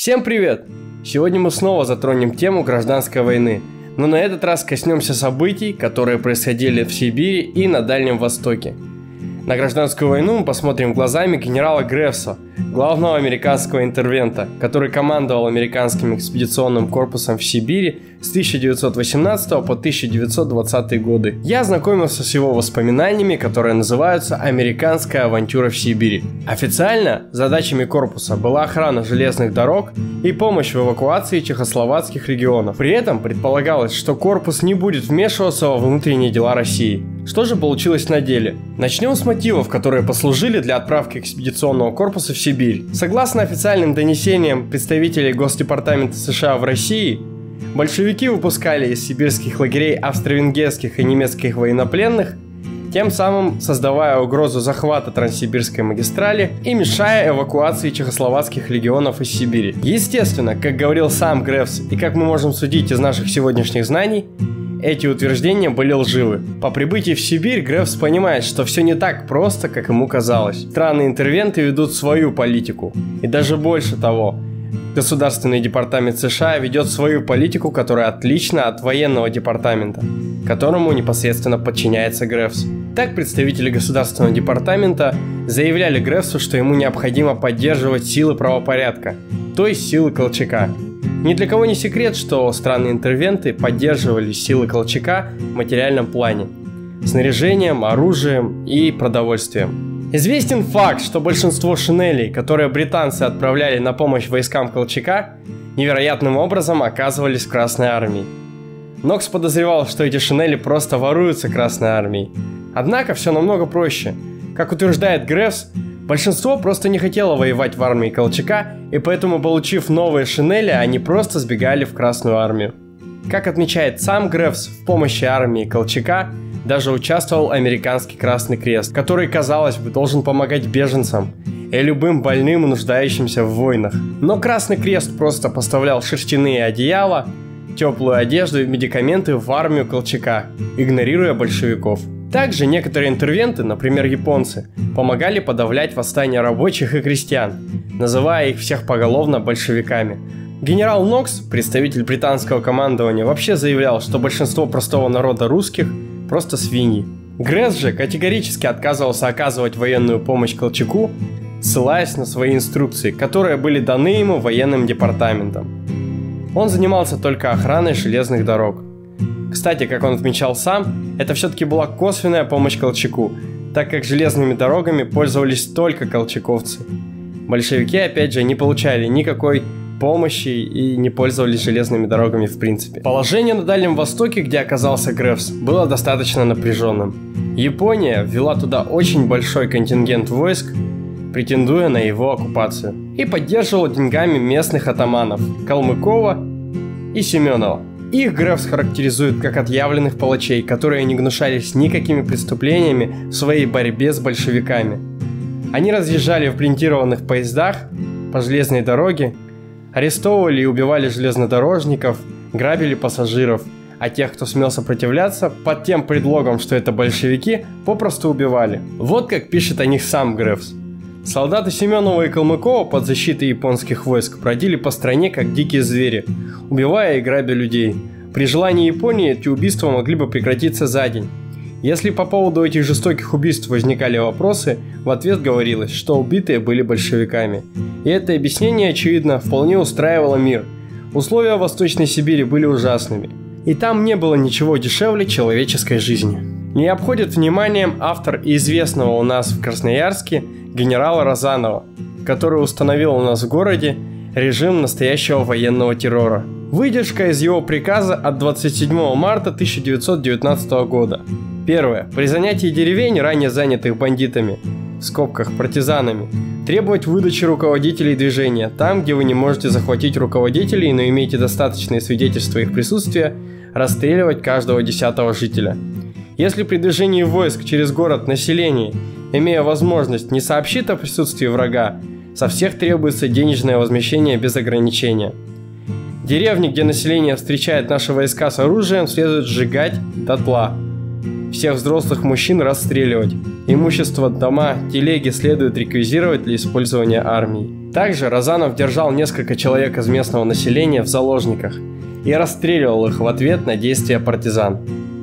Всем привет! Сегодня мы снова затронем тему гражданской войны, но на этот раз коснемся событий, которые происходили в Сибири и на Дальнем Востоке. На гражданскую войну мы посмотрим глазами генерала Гревса, главного американского интервента, который командовал американским экспедиционным корпусом в Сибири с 1918 по 1920 годы. Я ознакомился с его воспоминаниями, которые называются «Американская авантюра в Сибири». Официально задачами корпуса была охрана железных дорог и помощь в эвакуации чехословацких регионов. При этом предполагалось, что корпус не будет вмешиваться во внутренние дела России. Что же получилось на деле? Начнем с мотивов, которые послужили для отправки экспедиционного корпуса в Сибирь. Согласно официальным донесениям представителей Госдепартамента США в России, большевики выпускали из сибирских лагерей австро-венгерских и немецких военнопленных, тем самым создавая угрозу захвата Транссибирской магистрали и мешая эвакуации чехословацких легионов из Сибири. Естественно, как говорил сам Гревс и как мы можем судить из наших сегодняшних знаний, эти утверждения были лживы. По прибытии в Сибирь Гревс понимает, что все не так просто, как ему казалось. Страны-интервенты ведут свою политику. И даже больше того, Государственный департамент США ведет свою политику, которая отлична от военного департамента, которому непосредственно подчиняется Гревс. Так представители Государственного департамента заявляли Гревсу, что ему необходимо поддерживать силы правопорядка, то есть силы Колчака. Ни для кого не секрет, что страны-интервенты поддерживали силы Колчака в материальном плане, снаряжением, оружием и продовольствием. Известен факт, что большинство шинелей, которые британцы отправляли на помощь войскам Колчака, невероятным образом оказывались в Красной армии. Нокс подозревал, что эти шинели просто воруются Красной армией. Однако все намного проще. Как утверждает Гревс, большинство просто не хотело воевать в армии Колчака, и поэтому, получив новые шинели, они просто сбегали в Красную армию. Как отмечает сам Гревс, в помощи армии Колчака даже участвовал американский Красный Крест, который, казалось бы, должен помогать беженцам и любым больным и нуждающимся в войнах. Но Красный Крест просто поставлял шерстяные одеяла, теплую одежду и медикаменты в армию Колчака, игнорируя большевиков. Также некоторые интервенты, например японцы, помогали подавлять восстания рабочих и крестьян, называя их всех поголовно большевиками. Генерал Нокс, представитель британского командования, вообще заявлял, что большинство простого народа русских просто свиньи. Гревс же категорически отказывался оказывать военную помощь Колчаку, ссылаясь на свои инструкции, которые были даны ему военным департаментом. Он занимался только охраной железных дорог. Кстати, как он отмечал сам, это все-таки была косвенная помощь Колчаку, так как железными дорогами пользовались только колчаковцы. Большевики, опять же, не получали никакой помощи и не пользовались железными дорогами в принципе. Положение на Дальнем Востоке, где оказался Гревс, было достаточно напряженным. Япония ввела туда очень большой контингент войск, претендуя на его оккупацию, и поддерживала деньгами местных атаманов Калмыкова и Семенова. Их Гревс характеризует как отъявленных палачей, которые не гнушались никакими преступлениями в своей борьбе с большевиками. Они разъезжали в бронированных поездах по железной дороге, арестовывали и убивали железнодорожников, грабили пассажиров, а тех, кто смел сопротивляться, под тем предлогом, что это большевики, попросту убивали. Вот как пишет о них сам Гревс. Солдаты Семенова и Калмыкова под защитой японских войск бродили по стране как дикие звери, убивая и грабя людей. При желании Японии эти убийства могли бы прекратиться за день. Если по поводу этих жестоких убийств возникали вопросы, в ответ говорилось, что убитые были большевиками. И это объяснение, очевидно, вполне устраивало мир. Условия в Восточной Сибири были ужасными. И там не было ничего дешевле человеческой жизни. Не обходит вниманием автор известного у нас в Красноярске генерала Розанова, который установил у нас в городе режим настоящего военного террора. Выдержка из его приказа от 27 марта 1919 года. Первое. При занятии деревень, ранее занятых бандитами, в скобках партизанами, требовать выдачи руководителей движения. Там, где вы не можете захватить руководителей, но имеете достаточные свидетельства их присутствия, расстреливать каждого 10-го жителя. Если при движении войск через город население, имея возможность, не сообщит о присутствии врага, со всех требуется денежное возмещение без ограничения. Деревни, где население встречает наши войска с оружием, следует сжигать дотла. Всех взрослых мужчин расстреливать. Имущество, дома, телеги следует реквизировать для использования армией. Также Розанов держал несколько человек из местного населения в заложниках и расстреливал их в ответ на действия партизан.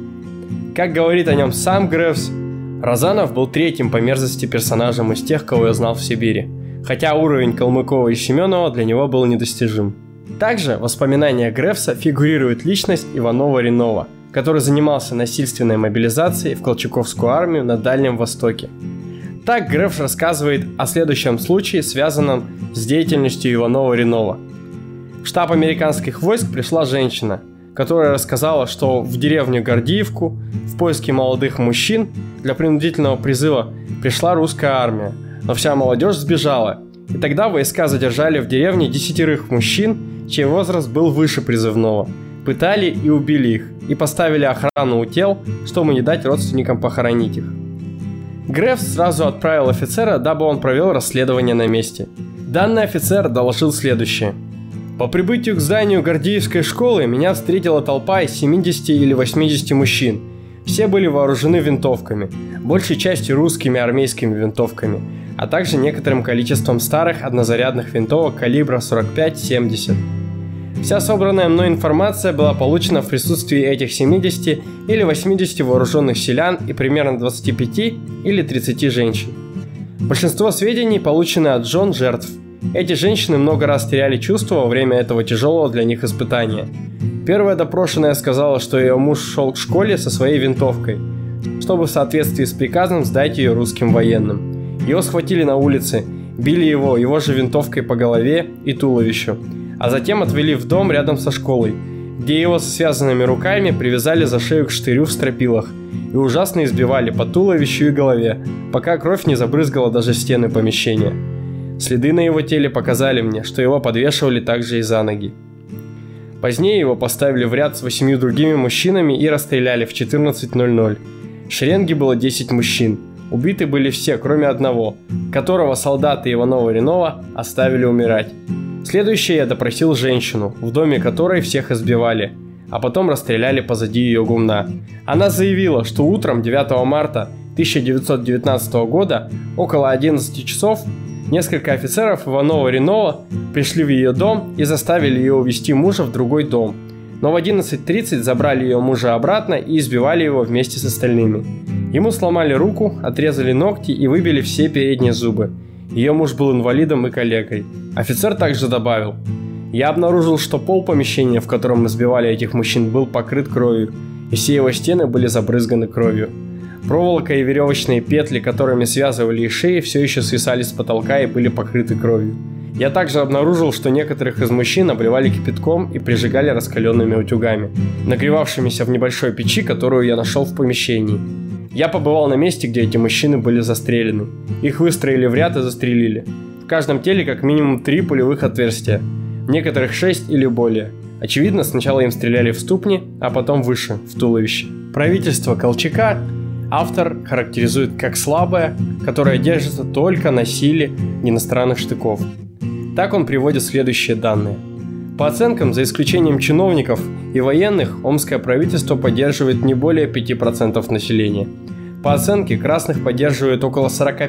Как говорит о нем сам Гревс, Розанов был третьим по мерзости персонажем из тех, кого я знал в Сибири, хотя уровень Калмыкова и Семенова для него был недостижим. Также в воспоминаниях Гревса фигурирует личность Иванова-Ренова, который занимался насильственной мобилизацией в Колчаковскую армию на Дальнем Востоке. Так Гревс рассказывает о следующем случае, связанном с деятельностью Иванова-Ренова. В штаб американских войск пришла женщина, которая рассказала, что в деревню Гордиевку в поиске молодых мужчин для принудительного призыва пришла русская армия, но вся молодежь сбежала, и тогда войска задержали в деревне 10 мужчин, чей возраст был выше призывного, пытали и убили их, и поставили охрану у тел, чтобы не дать родственникам похоронить их. Гревс сразу отправил офицера, дабы он провел расследование на месте. Данный офицер доложил следующее. По прибытию к зданию Гордиевской школы меня встретила толпа из 70 или 80 мужчин. Все были вооружены винтовками, большей частью русскими армейскими винтовками, а также некоторым количеством старых однозарядных винтовок калибра 45-70. Вся собранная мной информация была получена в присутствии этих 70 или 80 вооруженных селян и примерно 25 или 30 женщин. Большинство сведений получены от жен жертв. Эти женщины много раз теряли чувства во время этого тяжелого для них испытания. Первая допрошенная сказала, что ее муж шел к школе со своей винтовкой, чтобы в соответствии с приказом сдать ее русским военным. Его схватили на улице, били его же винтовкой по голове и туловищу, а затем отвели в дом рядом со школой, где его со связанными руками привязали за шею к штырю в стропилах и ужасно избивали по туловищу и голове, пока кровь не забрызгала даже стены помещения. Следы на его теле показали мне, что его подвешивали также и за ноги. Позднее его поставили в ряд с 8 другими мужчинами и расстреляли в 14:00. В шеренге было 10 мужчин. Убиты были все, кроме одного, которого солдаты Иванова-Ренова оставили умирать. Следующее я допросил женщину, в доме которой всех избивали, а потом расстреляли позади ее гумна. Она заявила, что утром 9 марта 1919 года около 11 часов несколько офицеров Иванова-Ренова пришли в ее дом и заставили ее увезти мужа в другой дом, но в 11:30 забрали ее мужа обратно и избивали его вместе с остальными. Ему сломали руку, отрезали ногти и выбили все передние зубы. Ее муж был инвалидом и калекой. Офицер также добавил: «Я обнаружил, что пол помещения, в котором избивали этих мужчин, был покрыт кровью, и все его стены были забрызганы кровью. Проволока и веревочные петли, которыми связывали их шеи, все еще свисали с потолка и были покрыты кровью. Я также обнаружил, что некоторых из мужчин обливали кипятком и прижигали раскаленными утюгами, нагревавшимися в небольшой печи, которую я нашел в помещении. Я побывал на месте, где эти мужчины были застрелены. Их выстроили в ряд и застрелили. В каждом теле как минимум 3 пулевых отверстия, в некоторых 6 или более. Очевидно, сначала им стреляли в ступни, а потом выше, в туловище. Правительство Колчака автор характеризует как слабое, которое держится только на силе иностранных штыков. Так он приводит следующие данные. По оценкам, за исключением чиновников и военных, омское правительство поддерживает не более 5% населения. По оценке, красных поддерживает около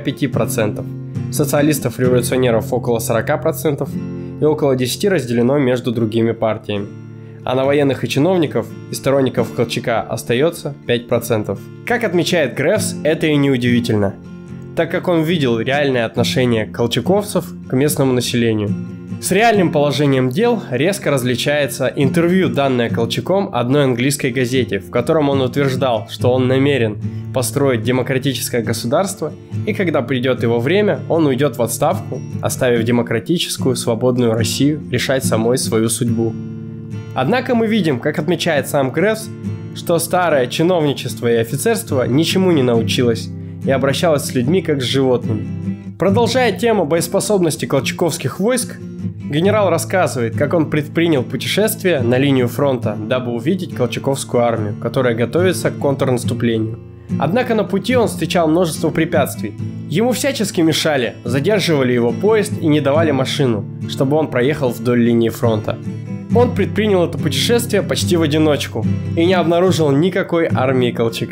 45%, социалистов-революционеров около 40% и около 10% разделено между другими партиями. А на военных и чиновников и сторонников Колчака остается 5%. Как отмечает Гревс, это и не удивительно, так как он видел реальное отношение колчаковцев к местному населению. С реальным положением дел резко различается интервью, данное Колчаком одной английской газете, в котором он утверждал, что он намерен построить демократическое государство, и когда придет его время, он уйдет в отставку, оставив демократическую, свободную Россию решать самой свою судьбу. Однако мы видим, как отмечает сам Гревс, что старое чиновничество и офицерство ничему не научилось и обращалось с людьми как с животными. Продолжая тему боеспособности колчаковских войск, генерал рассказывает, как он предпринял путешествие на линию фронта, дабы увидеть колчаковскую армию, которая готовится к контрнаступлению. Однако на пути он встречал множество препятствий. Ему всячески мешали, задерживали его поезд и не давали машину, чтобы он проехал вдоль линии фронта. Он предпринял это путешествие почти в одиночку и не обнаружил никакой армии Колчака.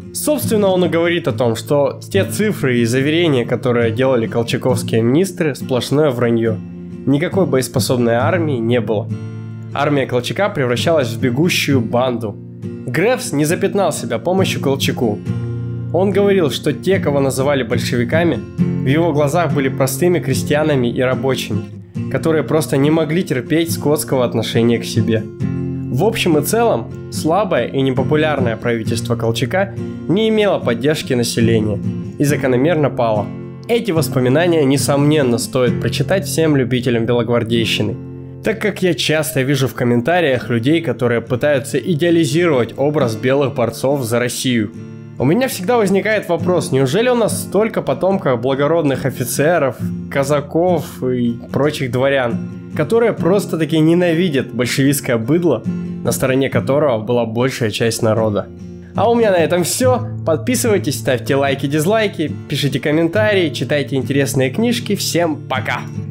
Собственно, он и говорит о том, что те цифры и заверения, которые делали колчаковские министры, сплошное вранье. Никакой боеспособной армии не было. Армия Колчака превращалась в бегущую банду. Грефс не запятнал себя помощью Колчаку. Он говорил, что те, кого называли большевиками, в его глазах были простыми крестьянами и рабочими, которые просто не могли терпеть скотского отношения к себе. В общем и целом, слабое и непопулярное правительство Колчака не имело поддержки населения и закономерно пало. Эти воспоминания, несомненно, стоит прочитать всем любителям белогвардейщины, так как я часто вижу в комментариях людей, которые пытаются идеализировать образ белых борцов за Россию. У меня всегда возникает вопрос, неужели у нас столько потомков благородных офицеров, казаков и прочих дворян, которые просто-таки ненавидят большевистское быдло, на стороне которого была большая часть народа. А у меня на этом все. Подписывайтесь, ставьте лайки, дизлайки, пишите комментарии, читайте интересные книжки. Всем пока!